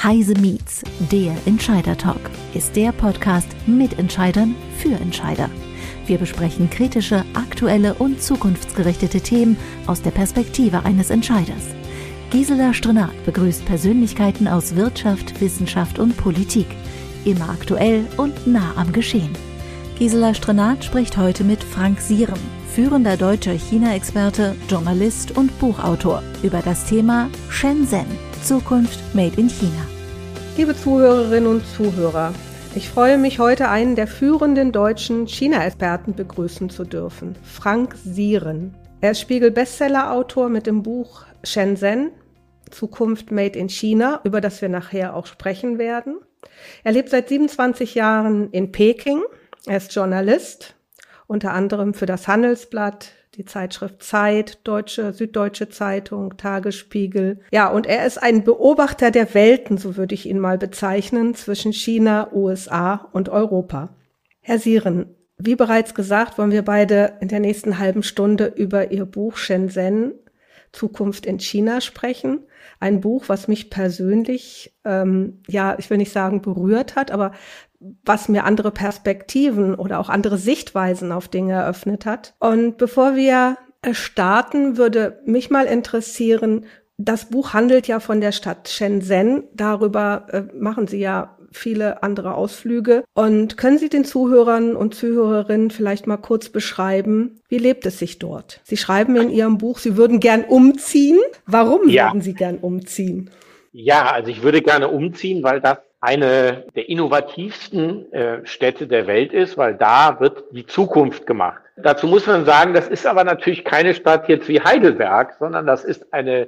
Heise Meets, der Entscheider-Talk, ist der Podcast mit Entscheidern für Entscheider. Wir besprechen kritische, aktuelle und zukunftsgerichtete Themen aus der Perspektive eines Entscheiders. Gisela Strenat begrüßt Persönlichkeiten aus Wirtschaft, Wissenschaft und Politik. Immer aktuell und nah am Geschehen. Gisela Strenat spricht heute mit Frank Sieren, führender deutscher China-Experte, Journalist und Buchautor, über das Thema Shenzhen, Zukunft Made in China. Liebe Zuhörerinnen und Zuhörer, ich freue mich, heute einen der führenden deutschen China-Experten begrüßen zu dürfen, Frank Sieren. Er ist Spiegel-Bestseller-Autor mit dem Buch Shenzhen, Zukunft Made in China, über das wir nachher auch sprechen werden. Er lebt seit 27 Jahren in Peking. Er ist Journalist, unter anderem für das Handelsblatt, die Zeitschrift Zeit, Süddeutsche Zeitung, Tagesspiegel. Ja, und er ist ein Beobachter der Welten, so würde ich ihn mal bezeichnen, zwischen China, USA und Europa. Herr Sieren, wie bereits gesagt, wollen wir beide in der nächsten halben Stunde über Ihr Buch Shenzhen, Zukunft in China sprechen. Ein Buch, was mich persönlich, ich will nicht sagen berührt hat, aber was mir andere Perspektiven oder auch andere Sichtweisen auf Dinge eröffnet hat. Und bevor wir starten, würde mich mal interessieren, das Buch handelt ja von der Stadt Shenzhen. Darüber machen Sie ja viele andere Ausflüge. Und können Sie den Zuhörern und Zuhörerinnen vielleicht mal kurz beschreiben, wie lebt es sich dort? Sie schreiben in Ihrem Buch, Sie würden gern umziehen. Warum würden Sie gern umziehen? Ja, also ich würde gerne umziehen, weil das eine der innovativsten Städte der Welt ist, weil da wird die Zukunft gemacht. Dazu muss man sagen, das ist aber natürlich keine Stadt jetzt wie Heidelberg, sondern das ist eine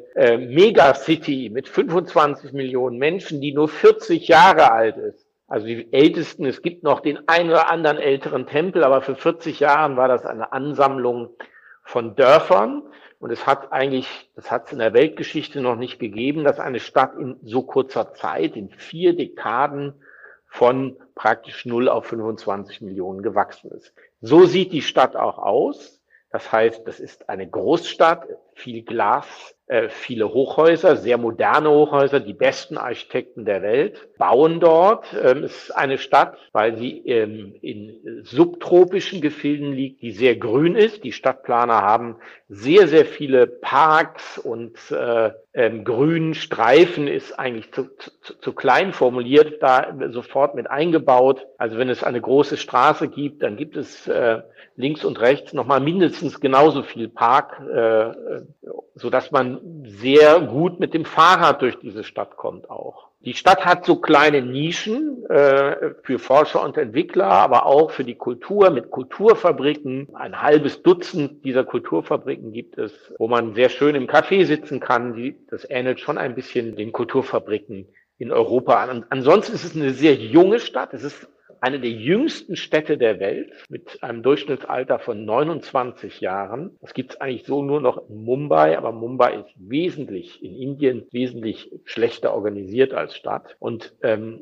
Megacity mit 25 Millionen Menschen, die nur 40 Jahre alt ist. Also die ältesten, es gibt noch den einen oder anderen älteren Tempel, aber für 40 Jahren war das eine Ansammlung von Dörfern. Und das hat es in der Weltgeschichte noch nicht gegeben, dass eine Stadt in so kurzer Zeit, in 4 Dekaden, von praktisch 0 auf 25 Millionen gewachsen ist. So sieht die Stadt auch aus. Das heißt, das ist eine Großstadt, viel Glas, viele Hochhäuser, sehr moderne Hochhäuser, die besten Architekten der Welt bauen dort. Es ist eine Stadt, weil sie in subtropischen Gefilden liegt, die sehr grün ist. Die Stadtplaner haben sehr, sehr viele Parks und grünen Streifen ist eigentlich zu klein formuliert, da sofort mit eingebaut. Also wenn es eine große Straße gibt, dann gibt es links und rechts nochmal mindestens genauso viel Park, sodass man sehr gut mit dem Fahrrad durch diese Stadt kommt auch. Die Stadt hat so kleine Nischen für Forscher und Entwickler, aber auch für die Kultur mit Kulturfabriken. Ein halbes Dutzend dieser Kulturfabriken gibt es, wo man sehr schön im Café sitzen kann. Das ähnelt schon ein bisschen den Kulturfabriken in Europa an. Ansonsten ist es eine sehr junge Stadt. Es ist eine der jüngsten Städte der Welt mit einem Durchschnittsalter von 29 Jahren. Das gibt es eigentlich so nur noch in Mumbai, aber Mumbai ist in Indien wesentlich schlechter organisiert als Stadt. Und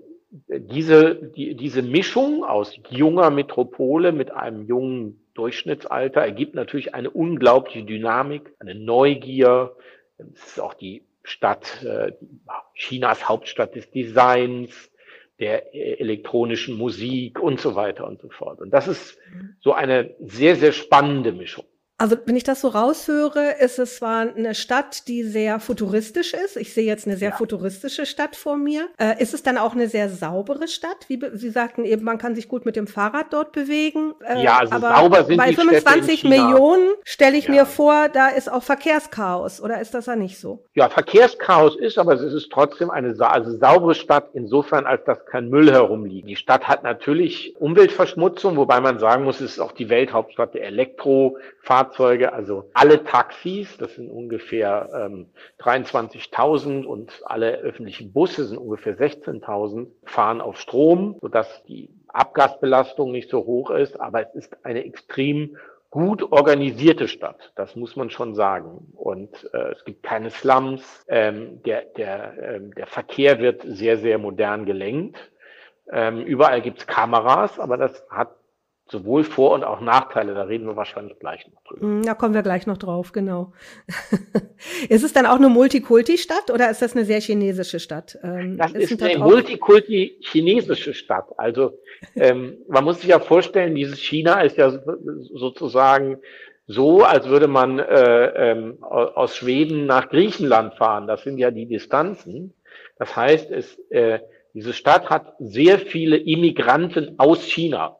diese Mischung aus junger Metropole mit einem jungen Durchschnittsalter ergibt natürlich eine unglaubliche Dynamik, eine Neugier. Es ist auch die Stadt, Chinas Hauptstadt des Designs, der elektronischen Musik und so weiter und so fort. Und das ist so eine sehr, sehr spannende Mischung. Also wenn ich das so raushöre, ist es zwar eine Stadt, die sehr futuristisch ist. Ich sehe jetzt eine sehr futuristische Stadt vor mir. Ist es dann auch eine sehr saubere Stadt? Wie Sie sagten eben, man kann sich gut mit dem Fahrrad dort bewegen. Also aber sauber sind bei die Städte 25 in China. Millionen stelle ich mir vor, da ist auch Verkehrschaos. Oder ist das ja nicht so? Ja, Verkehrschaos ist, aber es ist trotzdem eine saubere Stadt insofern, als dass kein Müll herumliegt. Die Stadt hat natürlich Umweltverschmutzung, wobei man sagen muss, es ist auch die Welthauptstadt der Elektrofahrzeuge, also alle Taxis, das sind ungefähr 23.000 und alle öffentlichen Busse sind ungefähr 16.000, fahren auf Strom, sodass die Abgasbelastung nicht so hoch ist, aber es ist eine extrem gut organisierte Stadt, das muss man schon sagen. Und es gibt keine Slums, der Verkehr wird sehr, sehr modern gelenkt. Überall gibt's Kameras, aber das hat sowohl Vor- und auch Nachteile. Da reden wir wahrscheinlich gleich noch drüber. Da kommen wir gleich noch drauf, genau. Ist es dann auch eine Multikulti-Stadt oder ist das eine sehr chinesische Stadt? Das ist eine Multikulti-chinesische Stadt. Also man muss sich ja vorstellen, dieses China ist ja sozusagen so, als würde man aus Schweden nach Griechenland fahren. Das sind ja die Distanzen. Das heißt, diese Stadt hat sehr viele Immigranten aus China,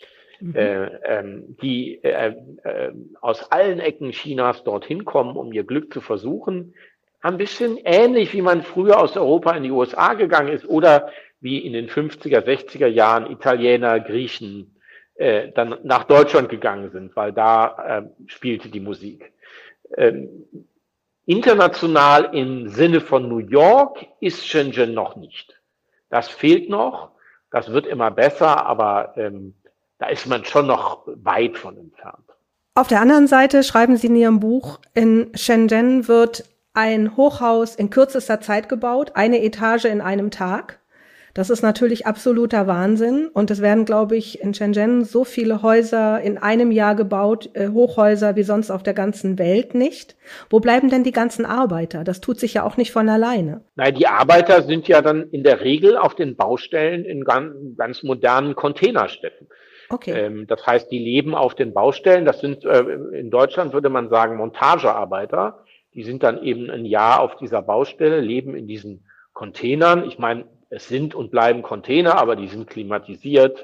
die aus allen Ecken Chinas dorthin kommen, um ihr Glück zu versuchen. Ein bisschen ähnlich, wie man früher aus Europa in die USA gegangen ist oder wie in den 50er, 60er Jahren Italiener, Griechen dann nach Deutschland gegangen sind, weil da spielte die Musik. International im Sinne von New York ist Shenzhen noch nicht. Das fehlt noch, das wird immer besser, aber da ist man schon noch weit von entfernt. Auf der anderen Seite schreiben Sie in Ihrem Buch, in Shenzhen wird ein Hochhaus in kürzester Zeit gebaut, eine Etage in einem Tag. Das ist natürlich absoluter Wahnsinn und es werden, glaube ich, in Shenzhen so viele Häuser in einem Jahr gebaut, Hochhäuser wie sonst auf der ganzen Welt nicht. Wo bleiben denn die ganzen Arbeiter? Das tut sich ja auch nicht von alleine. Nein, die Arbeiter sind ja dann in der Regel auf den Baustellen in ganz modernen Containerstädten. Okay. Das heißt, die leben auf den Baustellen. Das sind in Deutschland würde man sagen Montagearbeiter. Die sind dann eben ein Jahr auf dieser Baustelle, leben in diesen Containern. Ich meine, es sind und bleiben Container, aber die sind klimatisiert,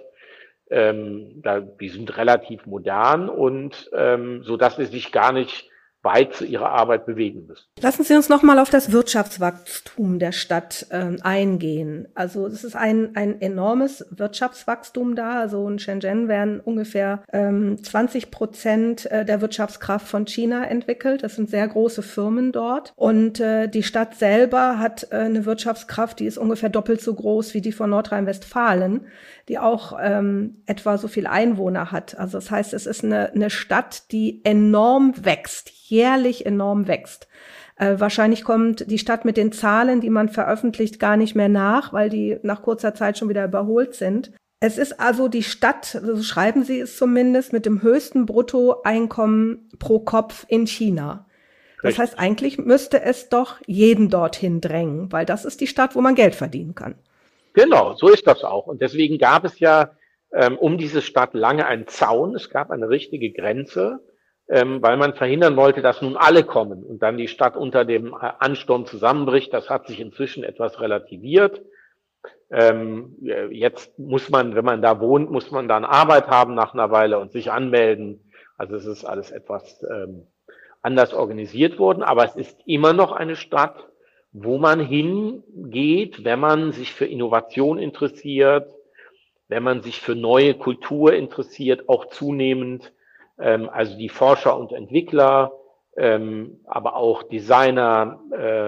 die sind relativ modern und so dass sie sich gar nicht weit zu ihrer Arbeit bewegen müssen. Lassen Sie uns nochmal auf das Wirtschaftswachstum der Stadt eingehen. Also es ist ein enormes Wirtschaftswachstum da. Also in Shenzhen werden ungefähr 20% der Wirtschaftskraft von China entwickelt. Das sind sehr große Firmen dort. Und die Stadt selber hat eine Wirtschaftskraft, die ist ungefähr doppelt so groß wie die von Nordrhein-Westfalen, die auch etwa so viel Einwohner hat. Also das heißt, es ist eine Stadt, die enorm wächst, jährlich enorm wächst. Wahrscheinlich kommt die Stadt mit den Zahlen, die man veröffentlicht, gar nicht mehr nach, weil die nach kurzer Zeit schon wieder überholt sind. Es ist also die Stadt, so schreiben Sie es zumindest, mit dem höchsten Bruttoeinkommen pro Kopf in China. Das heißt, eigentlich müsste es doch jeden dorthin drängen, weil das ist die Stadt, wo man Geld verdienen kann. Genau, so ist das auch. Und deswegen gab es ja um diese Stadt lange einen Zaun. Es gab eine richtige Grenze, weil man verhindern wollte, dass nun alle kommen und dann die Stadt unter dem Ansturm zusammenbricht. Das hat sich inzwischen etwas relativiert. Jetzt muss man, wenn man da wohnt, muss man dann Arbeit haben nach einer Weile und sich anmelden. Also es ist alles etwas anders organisiert worden, aber es ist immer noch eine Stadt, wo man hingeht, wenn man sich für Innovation interessiert, wenn man sich für neue Kultur interessiert, auch zunehmend. Also die Forscher und Entwickler, aber auch Designer,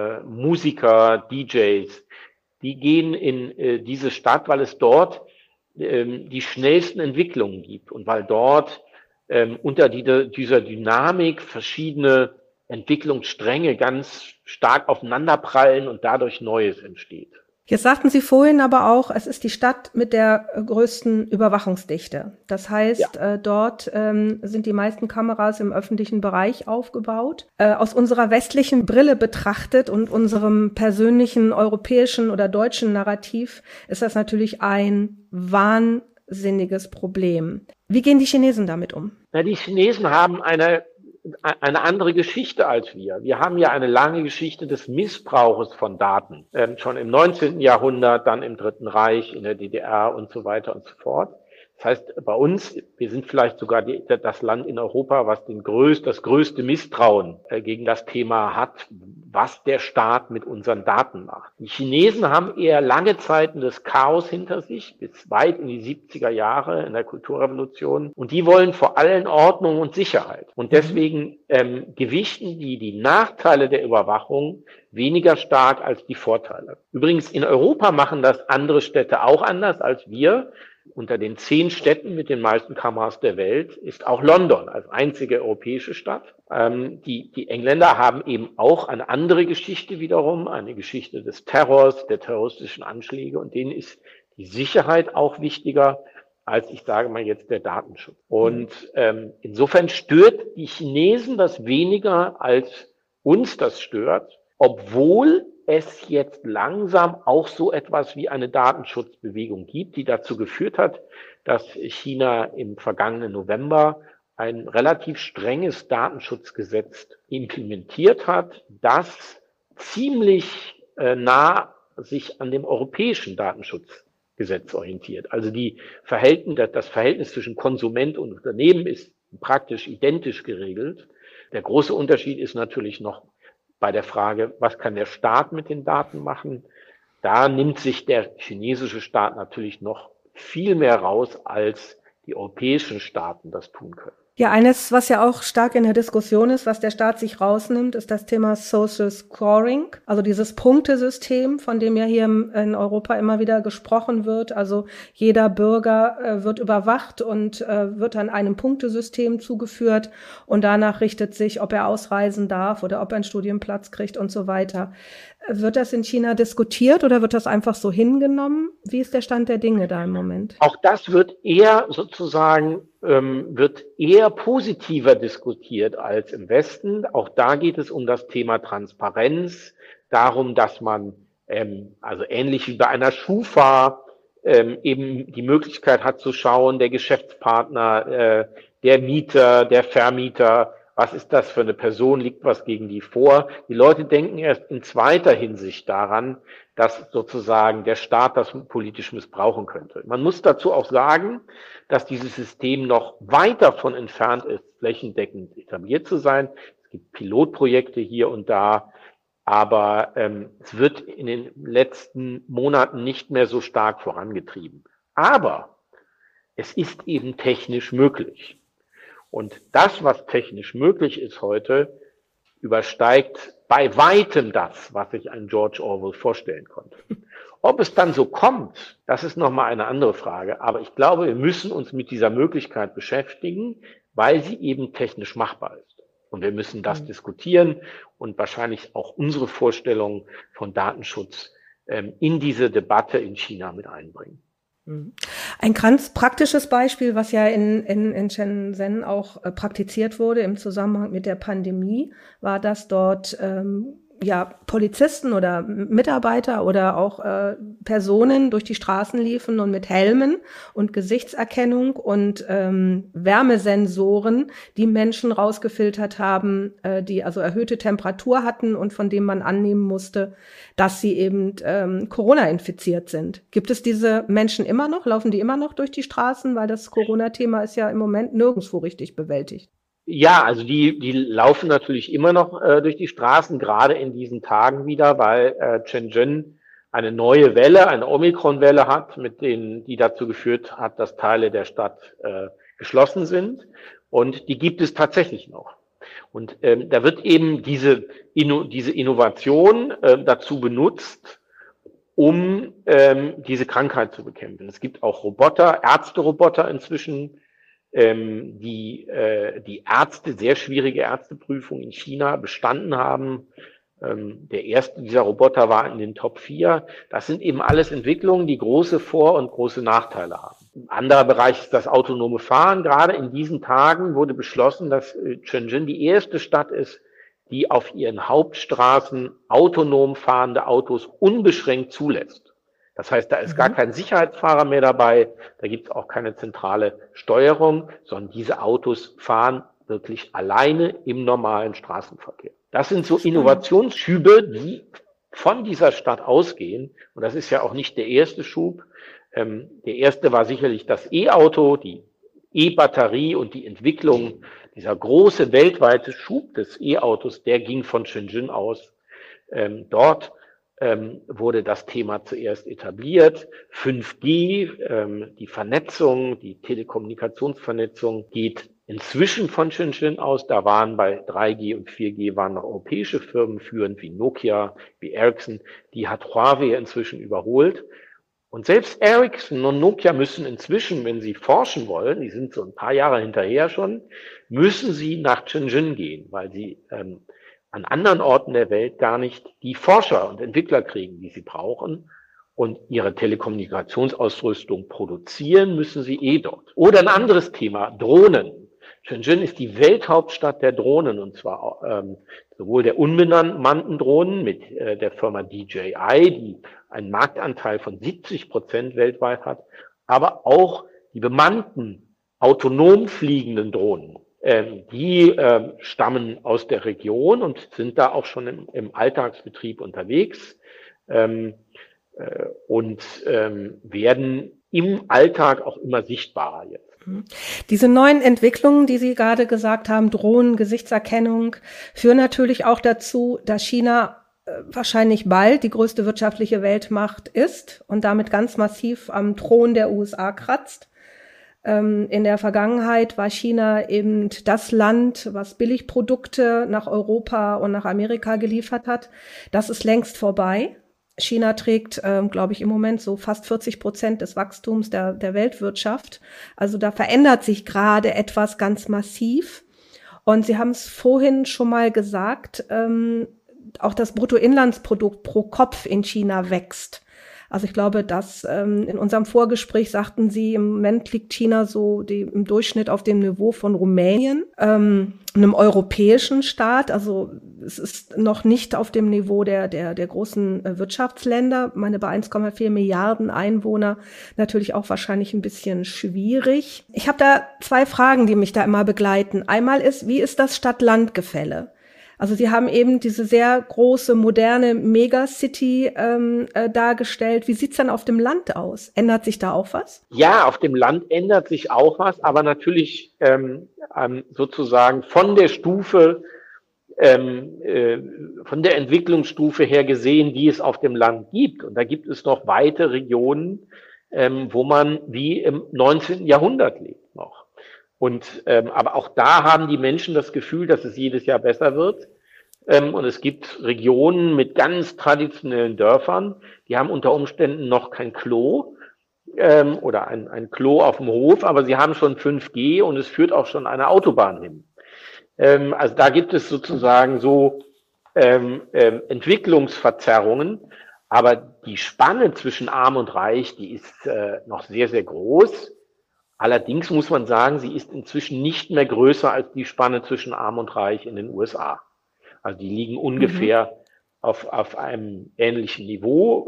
Musiker, DJs, die gehen in diese Stadt, weil es dort die schnellsten Entwicklungen gibt und weil dort unter dieser Dynamik verschiedene Entwicklungsstränge ganz stark aufeinanderprallen und dadurch Neues entsteht. Jetzt sagten Sie vorhin aber auch, es ist die Stadt mit der größten Überwachungsdichte. Das heißt, ja. Dort sind die meisten Kameras im öffentlichen Bereich aufgebaut. Aus unserer westlichen Brille betrachtet und unserem persönlichen europäischen oder deutschen Narrativ ist das natürlich ein wahnsinniges Problem. Wie gehen die Chinesen damit um? Na, die Chinesen haben eine andere Geschichte als wir. Wir haben ja eine lange Geschichte des Missbrauches von Daten. Schon im 19. Jahrhundert, dann im Dritten Reich, in der DDR und so weiter und so fort. Das heißt, bei uns, wir sind vielleicht sogar das Land in Europa, was das größte Misstrauen gegen das Thema hat, was der Staat mit unseren Daten macht. Die Chinesen haben eher lange Zeiten des Chaos hinter sich, bis weit in die 70er Jahre in der Kulturrevolution. Und die wollen vor allem Ordnung und Sicherheit. Und deswegen gewichten die Nachteile der Überwachung weniger stark als die Vorteile. Übrigens, in Europa machen das andere Städte auch anders als wir. Unter den 10 Städten mit den meisten Kameras der Welt ist auch London als einzige europäische Stadt. Die Engländer haben eben auch eine andere Geschichte wiederum, eine Geschichte des Terrors, der terroristischen Anschläge, und denen ist die Sicherheit auch wichtiger als ich sage mal jetzt der Datenschutz. Und insofern stört die Chinesen das weniger, als uns das stört, obwohl es jetzt langsam auch so etwas wie eine Datenschutzbewegung gibt, die dazu geführt hat, dass China im vergangenen November ein relativ strenges Datenschutzgesetz implementiert hat, das ziemlich nah sich an dem europäischen Datenschutzgesetz orientiert. Also das Verhältnis zwischen Konsument und Unternehmen ist praktisch identisch geregelt. Der große Unterschied ist natürlich noch bei der Frage, was kann der Staat mit den Daten machen? Da nimmt sich der chinesische Staat natürlich noch viel mehr raus, als die europäischen Staaten das tun können. Ja, eines, was ja auch stark in der Diskussion ist, was der Staat sich rausnimmt, ist das Thema Social Scoring, also dieses Punktesystem, von dem ja hier in Europa immer wieder gesprochen wird. Also jeder Bürger wird überwacht und wird dann einem Punktesystem zugeführt und danach richtet sich, ob er ausreisen darf oder ob er einen Studienplatz kriegt und so weiter. Wird das in China diskutiert oder wird das einfach so hingenommen? Wie ist der Stand der Dinge da im Moment? Auch das wird eher positiver diskutiert als im Westen. Auch da geht es um das Thema Transparenz, darum, dass man, also ähnlich wie bei einer Schufa, eben die Möglichkeit hat zu schauen, der Geschäftspartner, der Mieter, der Vermieter, was ist das für eine Person, liegt was gegen die vor? Die Leute denken erst in zweiter Hinsicht daran, dass sozusagen der Staat das politisch missbrauchen könnte. Man muss dazu auch sagen, dass dieses System noch weit davon entfernt ist, flächendeckend etabliert zu sein. Es gibt Pilotprojekte hier und da, aber es wird in den letzten Monaten nicht mehr so stark vorangetrieben. Aber es ist eben technisch möglich. Und das, was technisch möglich ist heute, übersteigt bei weitem das, was sich ein George Orwell vorstellen konnte. Ob es dann so kommt, das ist nochmal eine andere Frage. Aber ich glaube, wir müssen uns mit dieser Möglichkeit beschäftigen, weil sie eben technisch machbar ist. Und wir müssen das diskutieren und wahrscheinlich auch unsere Vorstellungen von Datenschutz in diese Debatte in China mit einbringen. Ein ganz praktisches Beispiel, was ja in Shenzhen auch praktiziert wurde im Zusammenhang mit der Pandemie, war, dass dort Polizisten oder Mitarbeiter oder auch Personen durch die Straßen liefen und mit Helmen und Gesichtserkennung und Wärmesensoren die Menschen rausgefiltert haben, die also erhöhte Temperatur hatten und von denen man annehmen musste, dass sie eben Corona infiziert sind. Gibt es diese Menschen immer noch? Laufen die immer noch durch die Straßen? Weil das Corona-Thema ist ja im Moment nirgendwo richtig bewältigt. Ja, also die laufen natürlich immer noch durch die Straßen, gerade in diesen Tagen wieder, weil Shenzhen eine neue Welle, eine Omikron-Welle hat, die dazu geführt hat, dass Teile der Stadt geschlossen sind. Und die gibt es tatsächlich noch. Und da wird eben diese Innovation dazu benutzt, um diese Krankheit zu bekämpfen. Es gibt auch Roboter, Ärzteroboter inzwischen, die Ärzte, sehr schwierige Ärzteprüfungen in China bestanden haben. Der erste dieser Roboter war in den Top 4. Das sind eben alles Entwicklungen, die große Vor- und große Nachteile haben. Ein anderer Bereich ist das autonome Fahren. Gerade in diesen Tagen wurde beschlossen, dass Shenzhen die erste Stadt ist, die auf ihren Hauptstraßen autonom fahrende Autos unbeschränkt zulässt. Das heißt, da ist gar kein Sicherheitsfahrer mehr dabei, da gibt es auch keine zentrale Steuerung, sondern diese Autos fahren wirklich alleine im normalen Straßenverkehr. Das sind so Innovationsschübe, die von dieser Stadt ausgehen. Und das ist ja auch nicht der erste Schub. Der erste war sicherlich das E-Auto, die E-Batterie und die Entwicklung. Dieser große weltweite Schub des E-Autos, der ging von Shenzhen aus. Dort wurde das Thema zuerst etabliert. 5G, die Vernetzung, die Telekommunikationsvernetzung geht inzwischen von Shenzhen aus. Da waren bei 3G und 4G waren noch europäische Firmen führend, wie Nokia, wie Ericsson. Die hat Huawei inzwischen überholt. Und selbst Ericsson und Nokia müssen inzwischen, wenn sie forschen wollen, die sind so ein paar Jahre hinterher schon, müssen sie nach Shenzhen gehen, weil sie an anderen Orten der Welt gar nicht die Forscher und Entwickler kriegen, die sie brauchen. und ihre Telekommunikationsausrüstung produzieren, müssen sie dort. Oder ein anderes Thema, Drohnen. Shenzhen ist die Welthauptstadt der Drohnen, und zwar sowohl der unbemannten Drohnen mit der Firma DJI, die einen Marktanteil von 70% weltweit hat, aber auch die bemannten, autonom fliegenden Drohnen. Die stammen aus der Region und sind da auch schon im Alltagsbetrieb unterwegs und werden im Alltag auch immer sichtbarer jetzt. Diese neuen Entwicklungen, die Sie gerade gesagt haben, Drohnen, Gesichtserkennung, führen natürlich auch dazu, dass China wahrscheinlich bald die größte wirtschaftliche Weltmacht ist und damit ganz massiv am Thron der USA kratzt. In der Vergangenheit war China eben das Land, was Billigprodukte nach Europa und nach Amerika geliefert hat. Das ist längst vorbei. China trägt, glaube ich, im Moment so fast 40% des Wachstums der Weltwirtschaft. Also da verändert sich gerade etwas ganz massiv. Und Sie haben es vorhin schon mal gesagt, auch das Bruttoinlandsprodukt pro Kopf in China wächst. Also ich glaube, dass in unserem Vorgespräch sagten Sie, im Moment liegt China so im Durchschnitt auf dem Niveau von Rumänien, einem europäischen Staat. Also es ist noch nicht auf dem Niveau der großen Wirtschaftsländer. Meine, bei 1,4 Milliarden Einwohner natürlich auch wahrscheinlich ein bisschen schwierig. Ich habe da zwei Fragen, die mich da immer begleiten. Einmal ist, wie ist das Stadt-Land-Gefälle? Also Sie haben eben diese sehr große, moderne Megacity dargestellt. Wie sieht's dann auf dem Land aus? Ändert sich da auch was? Ja, auf dem Land ändert sich auch was, aber natürlich sozusagen von der Stufe, von der Entwicklungsstufe her gesehen, die es auf dem Land gibt. Und da gibt es noch weite Regionen, wo man wie im 19. Jahrhundert lebt noch. Und aber auch da haben die Menschen das Gefühl, dass es jedes Jahr besser wird. Und es gibt Regionen mit ganz traditionellen Dörfern, die haben unter Umständen noch kein Klo oder ein Klo auf dem Hof, aber sie haben schon 5G und es führt auch schon eine Autobahn hin. Also da gibt es sozusagen so Entwicklungsverzerrungen, aber die Spanne zwischen Arm und Reich, die ist noch sehr, sehr groß. Allerdings muss man sagen, sie ist inzwischen nicht mehr größer als die Spanne zwischen Arm und Reich in den USA. Also die liegen ungefähr auf einem ähnlichen Niveau.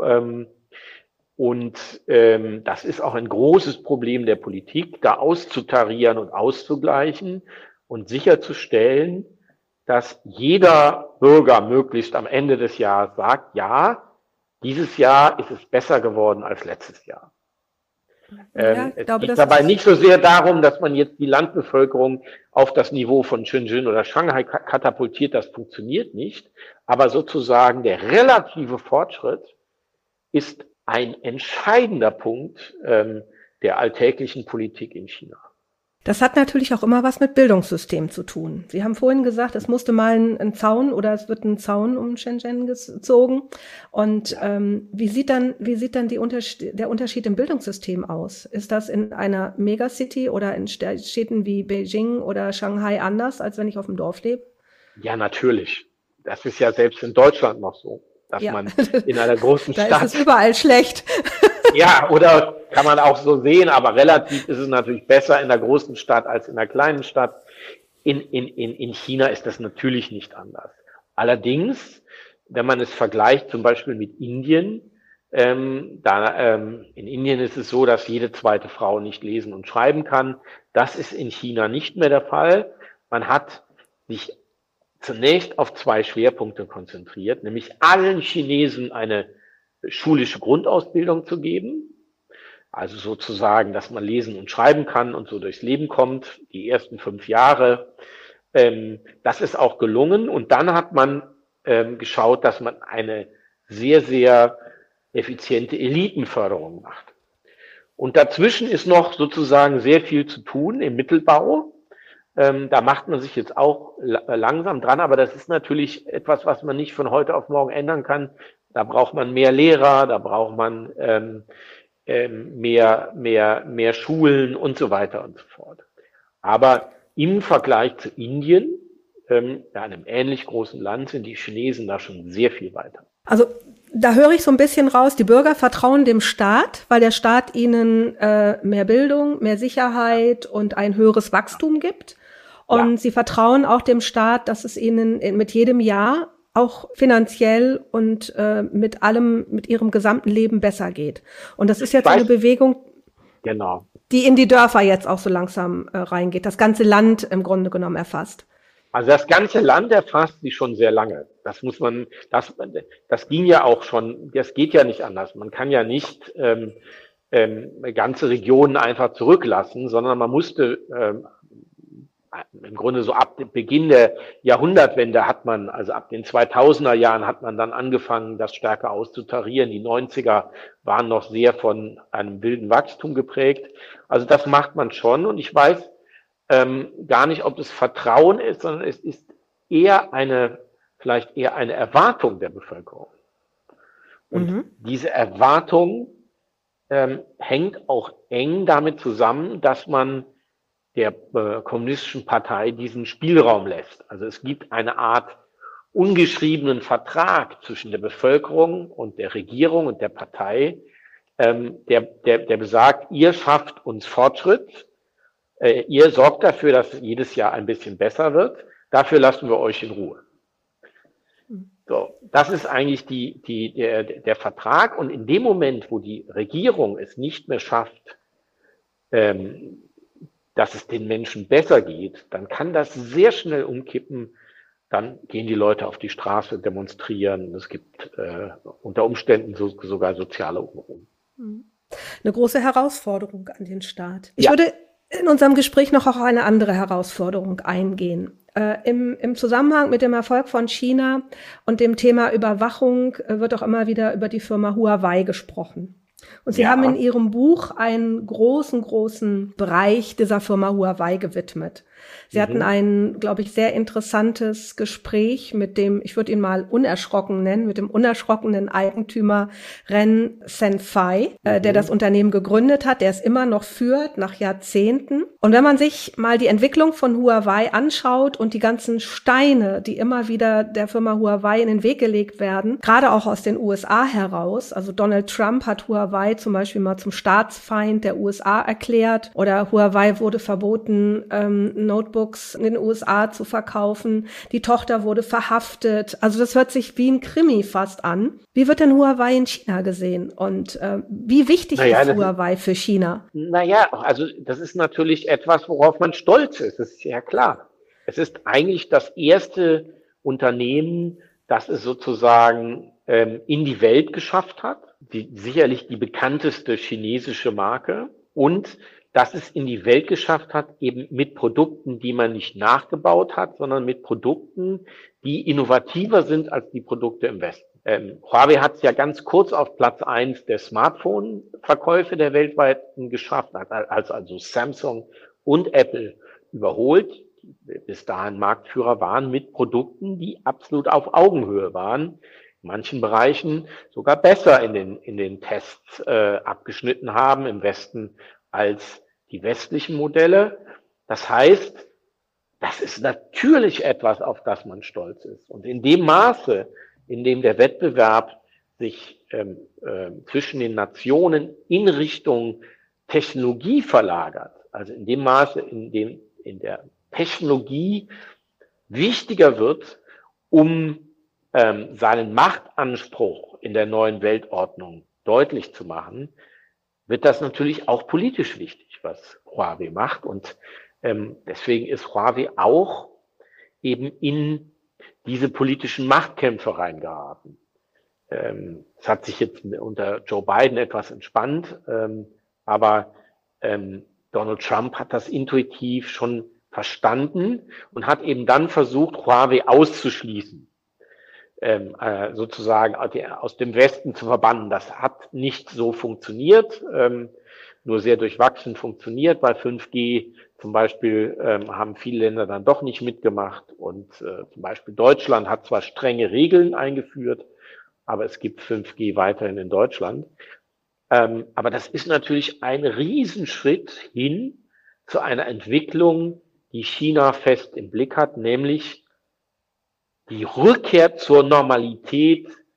Das ist auch ein großes Problem der Politik, da auszutarieren und auszugleichen und sicherzustellen, dass jeder Bürger möglichst am Ende des Jahres sagt, ja, dieses Jahr ist es besser geworden als letztes Jahr. Es geht dabei nicht so sehr darum, dass man jetzt die Landbevölkerung auf das Niveau von Shenzhen oder Shanghai katapultiert, das funktioniert nicht. Aber sozusagen der relative Fortschritt ist ein entscheidender Punkt der alltäglichen Politik in China. Das hat natürlich auch immer was mit Bildungssystem zu tun. Sie haben vorhin gesagt, es musste mal ein Zaun oder es wird ein Zaun um Shenzhen gezogen. Und wie sieht dann der Unterschied im Bildungssystem aus? Ist das in einer Megacity oder in Städten wie Beijing oder Shanghai anders, als wenn ich auf dem Dorf lebe? Ja, natürlich. Das ist ja selbst in Deutschland noch so, dass man in einer großen Stadt... Da ist es überall schlecht. Ja, oder kann man auch so sehen, aber relativ ist es natürlich besser in der großen Stadt als in der kleinen Stadt. In China ist das natürlich nicht anders. Allerdings, wenn man es vergleicht zum Beispiel mit Indien, in Indien ist es so, dass jede zweite Frau nicht lesen und schreiben kann. Das ist in China nicht mehr der Fall. Man hat sich zunächst auf zwei Schwerpunkte konzentriert, nämlich allen Chinesen eine schulische Grundausbildung zu geben, also sozusagen, dass man lesen und schreiben kann und so durchs Leben kommt, die ersten 5 Jahre. Das ist auch gelungen und dann hat man geschaut, dass man eine sehr, sehr effiziente Elitenförderung macht. Und dazwischen ist noch sozusagen sehr viel zu tun im Mittelbau. Da macht man sich jetzt auch langsam dran, aber das ist natürlich etwas, was man nicht von heute auf morgen ändern kann. Da braucht man mehr Lehrer, da braucht man mehr Schulen und so weiter und so fort. Aber im Vergleich zu Indien, einem ähnlich großen Land, sind die Chinesen da schon sehr viel weiter. Also Da höre ich so ein bisschen raus, die Bürger vertrauen dem Staat, weil der Staat ihnen mehr Bildung, mehr Sicherheit und ein höheres Wachstum gibt. Und sie vertrauen auch dem Staat, dass es ihnen mit jedem Jahr auch finanziell und mit ihrem gesamten Leben besser geht. Und das ist jetzt eine Bewegung, genau, die in die Dörfer jetzt auch so langsam reingeht, das ganze Land im Grunde genommen erfasst. Also das ganze Land erfasst sie schon sehr lange. Das ging ja auch schon, das geht ja nicht anders. Man kann ja nicht ganze Regionen einfach zurücklassen, sondern man musste im Grunde so ab Beginn der Jahrhundertwende also ab den 2000er Jahren hat man dann angefangen, das stärker auszutarieren. Die 90er waren noch sehr von einem wilden Wachstum geprägt. Also das macht man schon, und ich weiß gar nicht, ob es Vertrauen ist, sondern es ist vielleicht eher eine Erwartung der Bevölkerung. Und diese Erwartung hängt auch eng damit zusammen, dass man der kommunistischen Partei diesen Spielraum lässt. Also es gibt eine Art ungeschriebenen Vertrag zwischen der Bevölkerung und der Regierung und der Partei, der besagt, ihr schafft uns Fortschritt, ihr sorgt dafür, dass jedes Jahr ein bisschen besser wird, dafür lassen wir euch in Ruhe. So, das ist eigentlich der Vertrag, und in dem Moment, wo die Regierung es nicht mehr schafft, dass es den Menschen besser geht, dann kann das sehr schnell umkippen. Dann gehen die Leute auf die Straße, demonstrieren. Es gibt unter Umständen sogar soziale Unruhen. Eine große Herausforderung an den Staat. Ich würde in unserem Gespräch noch auf eine andere Herausforderung eingehen. Im Zusammenhang mit dem Erfolg von China und dem Thema Überwachung wird auch immer wieder über die Firma Huawei gesprochen. Und Sie haben in Ihrem Buch einen großen Bereich dieser Firma Huawei gewidmet. Sie hatten ein, glaube ich, sehr interessantes Gespräch mit dem, ich würde ihn mal unerschrocken nennen, mit dem unerschrockenen Eigentümer Ren Zhengfei, der das Unternehmen gegründet hat, der es immer noch führt, nach Jahrzehnten. Und wenn man sich mal die Entwicklung von Huawei anschaut und die ganzen Steine, die immer wieder der Firma Huawei in den Weg gelegt werden, gerade auch aus den USA heraus, also Donald Trump hat Huawei zum Beispiel mal zum Staatsfeind der USA erklärt, oder Huawei wurde verboten, Notebooks in den USA zu verkaufen. Die Tochter wurde verhaftet. Also das hört sich wie ein Krimi fast an. Wie wird denn Huawei in China gesehen? Und wie wichtig ist Huawei für China? Also das ist natürlich etwas, worauf man stolz ist. Das ist ja klar. Es ist eigentlich das erste Unternehmen, das es sozusagen in die Welt geschafft hat. Sicherlich die bekannteste chinesische Marke, und dass es in die Welt geschafft hat, eben mit Produkten, die man nicht nachgebaut hat, sondern mit Produkten, die innovativer sind als die Produkte im Westen. Huawei hat es ja ganz kurz auf Platz 1 der Smartphone-Verkäufe der weltweiten geschafft, als also Samsung und Apple überholt, die bis dahin Marktführer waren, mit Produkten, die absolut auf Augenhöhe waren, in manchen Bereichen sogar besser in den Tests abgeschnitten haben im Westen als die westlichen Modelle. Das heißt, das ist natürlich etwas, auf das man stolz ist. Und in dem Maße, in dem der Wettbewerb sich zwischen den Nationen in Richtung Technologie verlagert, also in dem Maße, in dem in der Technologie wichtiger wird, um seinen Machtanspruch in der neuen Weltordnung deutlich zu machen, wird das natürlich auch politisch wichtig, was Huawei macht. Und deswegen ist Huawei auch eben in diese politischen Machtkämpfe reingeraten. Es hat sich jetzt unter Joe Biden etwas entspannt, aber Donald Trump hat das intuitiv schon verstanden und hat eben dann versucht, Huawei auszuschließen, sozusagen aus dem Westen zu verbannen. Das hat nicht so funktioniert, nur sehr durchwachsen funktioniert. Bei 5G zum Beispiel haben viele Länder dann doch nicht mitgemacht, und zum Beispiel Deutschland hat zwar strenge Regeln eingeführt, aber es gibt 5G weiterhin in Deutschland. Aber das ist natürlich ein Riesenschritt hin zu einer Entwicklung, die China fest im Blick hat, nämlich die Rückkehr zur Normalität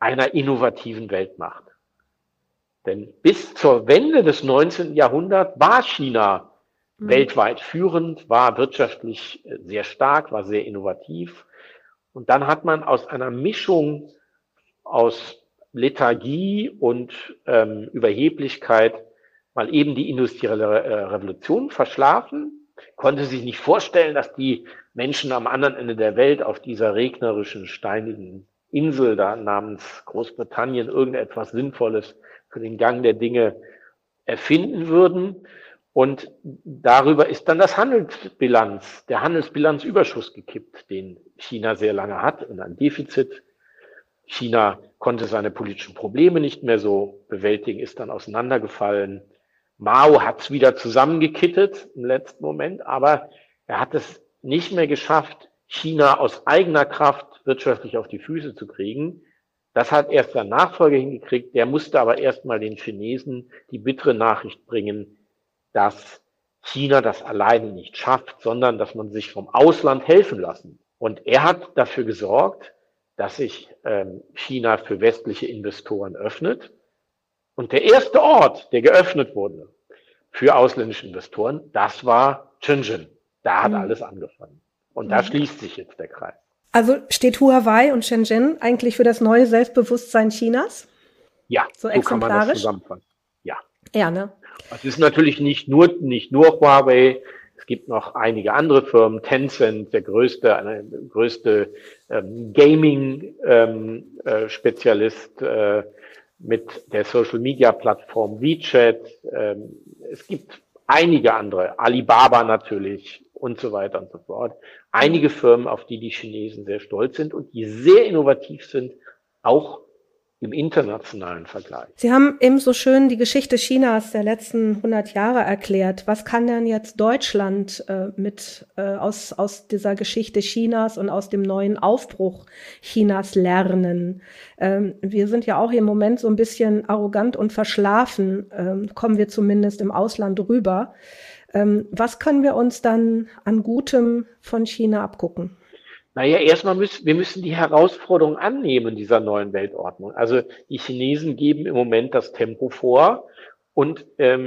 einer innovativen Weltmacht. Denn bis zur Wende des 19. Jahrhunderts war China weltweit führend, war wirtschaftlich sehr stark, war sehr innovativ. Und dann hat man aus einer Mischung aus Lethargie und Überheblichkeit mal eben die industrielle Revolution verschlafen, konnte sich nicht vorstellen, dass die Menschen am anderen Ende der Welt auf dieser regnerischen, steinigen Insel da namens Großbritannien irgendetwas Sinnvolles für den Gang der Dinge erfinden würden. Und darüber ist dann der Handelsbilanzüberschuss gekippt, den China sehr lange hat, in ein Defizit. China konnte seine politischen Probleme nicht mehr so bewältigen, ist dann auseinandergefallen. Mao hat es wieder zusammengekittet im letzten Moment, aber er hat es nicht mehr geschafft, China aus eigener Kraft wirtschaftlich auf die Füße zu kriegen. Das hat erst sein Nachfolger hingekriegt, der musste aber erstmal den Chinesen die bittere Nachricht bringen, dass China das alleine nicht schafft, sondern dass man sich vom Ausland helfen lassen. Und er hat dafür gesorgt, dass sich China für westliche Investoren öffnet. Und der erste Ort, der geöffnet wurde für ausländische Investoren, das war Shenzhen. Da hat alles angefangen. Und da schließt sich jetzt der Kreis. Also steht Huawei und Shenzhen eigentlich für das neue Selbstbewusstsein Chinas? Ja, so kann man das zusammenfassen. Ja. Ja, ne? Es ist natürlich nicht nur Huawei. Es gibt noch einige andere Firmen. Tencent, der größte Gaming-Spezialist mit der Social-Media-Plattform WeChat. Es gibt einige andere. Alibaba natürlich und so weiter und so fort. Einige Firmen, auf die Chinesen sehr stolz sind und die sehr innovativ sind, auch im internationalen Vergleich. Sie haben eben so schön die Geschichte Chinas der letzten 100 Jahre erklärt. Was kann denn jetzt Deutschland aus dieser Geschichte Chinas und aus dem neuen Aufbruch Chinas lernen? Wir sind ja auch im Moment so ein bisschen arrogant und verschlafen, kommen wir zumindest im Ausland rüber. Was können wir uns dann an Gutem von China abgucken? Naja, erstmal wir müssen die Herausforderung annehmen dieser neuen Weltordnung. Also die Chinesen geben im Moment das Tempo vor und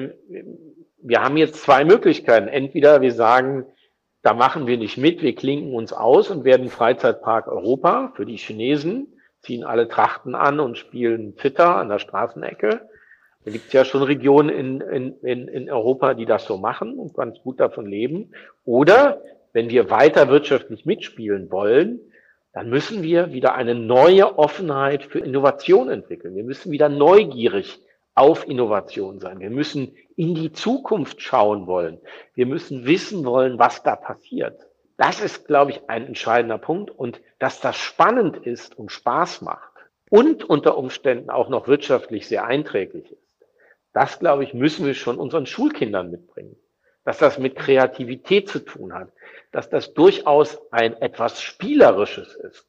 wir haben jetzt zwei Möglichkeiten. Entweder wir sagen, da machen wir nicht mit, wir klinken uns aus und werden Freizeitpark Europa für die Chinesen, ziehen alle Trachten an und spielen Zither an der Straßenecke. Da gibt es ja schon Regionen in Europa, die das so machen und ganz gut davon leben. Oder wenn wir weiter wirtschaftlich mitspielen wollen, dann müssen wir wieder eine neue Offenheit für Innovation entwickeln. Wir müssen wieder neugierig auf Innovation sein. Wir müssen in die Zukunft schauen wollen. Wir müssen wissen wollen, was da passiert. Das ist, glaube ich, ein entscheidender Punkt. Und dass das spannend ist und Spaß macht und unter Umständen auch noch wirtschaftlich sehr einträglich ist, das, glaube ich, müssen wir schon unseren Schulkindern mitbringen. Dass das mit Kreativität zu tun hat, dass das durchaus ein etwas Spielerisches ist,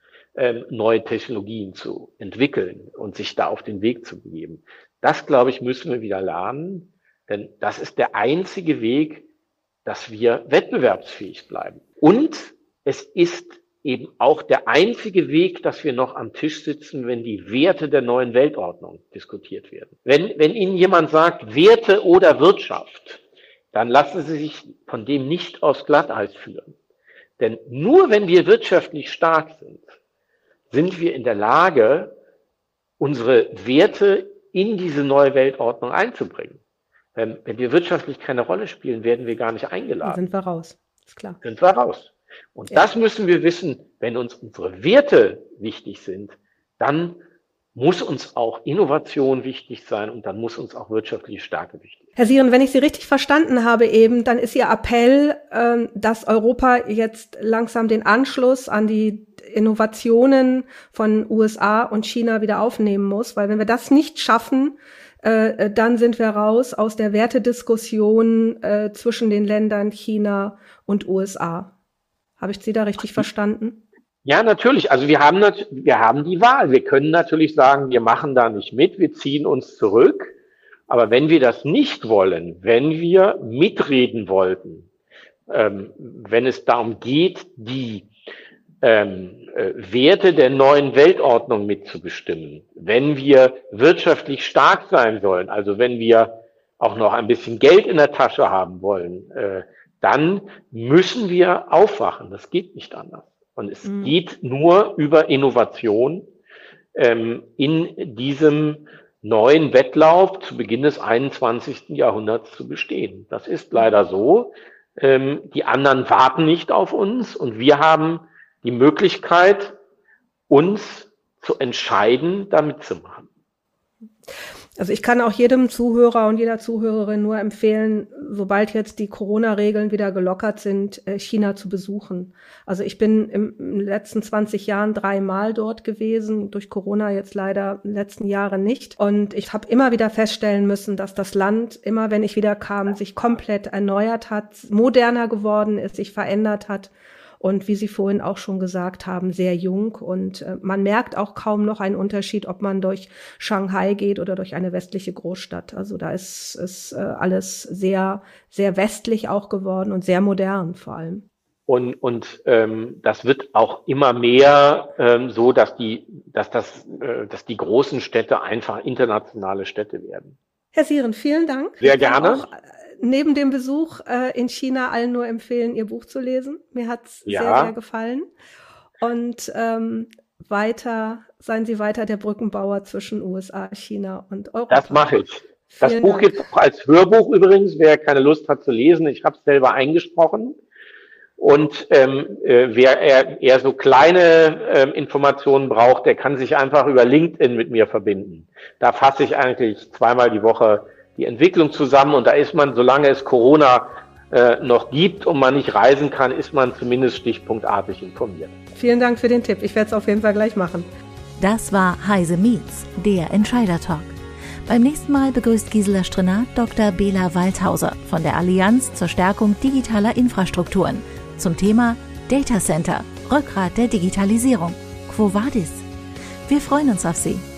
neue Technologien zu entwickeln und sich da auf den Weg zu begeben. Das, glaube ich, müssen wir wieder lernen, denn das ist der einzige Weg, dass wir wettbewerbsfähig bleiben. Und es ist eben auch der einzige Weg, dass wir noch am Tisch sitzen, wenn die Werte der neuen Weltordnung diskutiert werden. Wenn Ihnen jemand sagt, Werte oder Wirtschaft, dann lassen Sie sich von dem nicht aufs Glatteis führen. Denn nur wenn wir wirtschaftlich stark sind, sind wir in der Lage, unsere Werte in diese neue Weltordnung einzubringen. Wenn wir wirtschaftlich keine Rolle spielen, werden wir gar nicht eingeladen. Dann sind wir raus, ist klar. Sind wir raus. Und das müssen wir wissen, wenn uns unsere Werte wichtig sind, dann muss uns auch Innovation wichtig sein und dann muss uns auch wirtschaftliche Stärke wichtig sein. Herr Sieren, wenn ich Sie richtig verstanden habe eben, dann ist Ihr Appell, dass Europa jetzt langsam den Anschluss an die Innovationen von USA und China wieder aufnehmen muss, weil wenn wir das nicht schaffen, dann sind wir raus aus der Wertediskussion zwischen den Ländern China und USA. Habe ich Sie da richtig verstanden? Ja, natürlich. Also wir haben die Wahl. Wir können natürlich sagen, wir machen da nicht mit, wir ziehen uns zurück. Aber wenn wir das nicht wollen, wenn wir mitreden wollten, wenn es darum geht, die Werte der neuen Weltordnung mitzubestimmen, wenn wir wirtschaftlich stark sein sollen, also wenn wir auch noch ein bisschen Geld in der Tasche haben wollen, dann müssen wir aufwachen. Das geht nicht anders. Und es geht nur über Innovation in diesem neuen Wettlauf zu Beginn des 21. Jahrhunderts zu bestehen. Das ist leider so. Die anderen warten nicht auf uns und wir haben die Möglichkeit, uns zu entscheiden, da mitzumachen. Also ich kann auch jedem Zuhörer und jeder Zuhörerin nur empfehlen, sobald jetzt die Corona-Regeln wieder gelockert sind, China zu besuchen. Also ich bin in den letzten 20 Jahren 3-mal dort gewesen, durch Corona jetzt leider in den letzten Jahren nicht. Und ich habe immer wieder feststellen müssen, dass das Land, immer wenn ich wieder kam, sich komplett erneuert hat, moderner geworden ist, sich verändert hat. Und wie Sie vorhin auch schon gesagt haben, sehr jung. Und man merkt auch kaum noch einen Unterschied, ob man durch Shanghai geht oder durch eine westliche Großstadt. Also da ist alles sehr, sehr westlich auch geworden und sehr modern vor allem. Und das wird auch immer mehr so, dass die großen Städte einfach internationale Städte werden. Herr Sieren, vielen Dank. Sehr gerne. Auch neben dem Besuch in China allen nur empfehlen, Ihr Buch zu lesen. Mir hat's sehr, sehr gefallen. Und seien Sie weiter der Brückenbauer zwischen USA, China und Europa. Das mache ich. Das Buch gibt es auch als Hörbuch übrigens, wer keine Lust hat zu lesen. Ich habe es selber eingesprochen. Und wer eher so kleine Informationen braucht, der kann sich einfach über LinkedIn mit mir verbinden. Da fasse ich eigentlich 2-mal die Woche die Entwicklung zusammen und da ist man, solange es Corona noch gibt und man nicht reisen kann, ist man zumindest stichpunktartig informiert. Vielen Dank für den Tipp. Ich werde es auf jeden Fall gleich machen. Das war Heise Meets, der Entscheider-Talk. Beim nächsten Mal begrüßt Gisela Strenat Dr. Bela Waldhauser von der Allianz zur Stärkung digitaler Infrastrukturen zum Thema Data Center, Rückgrat der Digitalisierung. Quo vadis? Wir freuen uns auf Sie.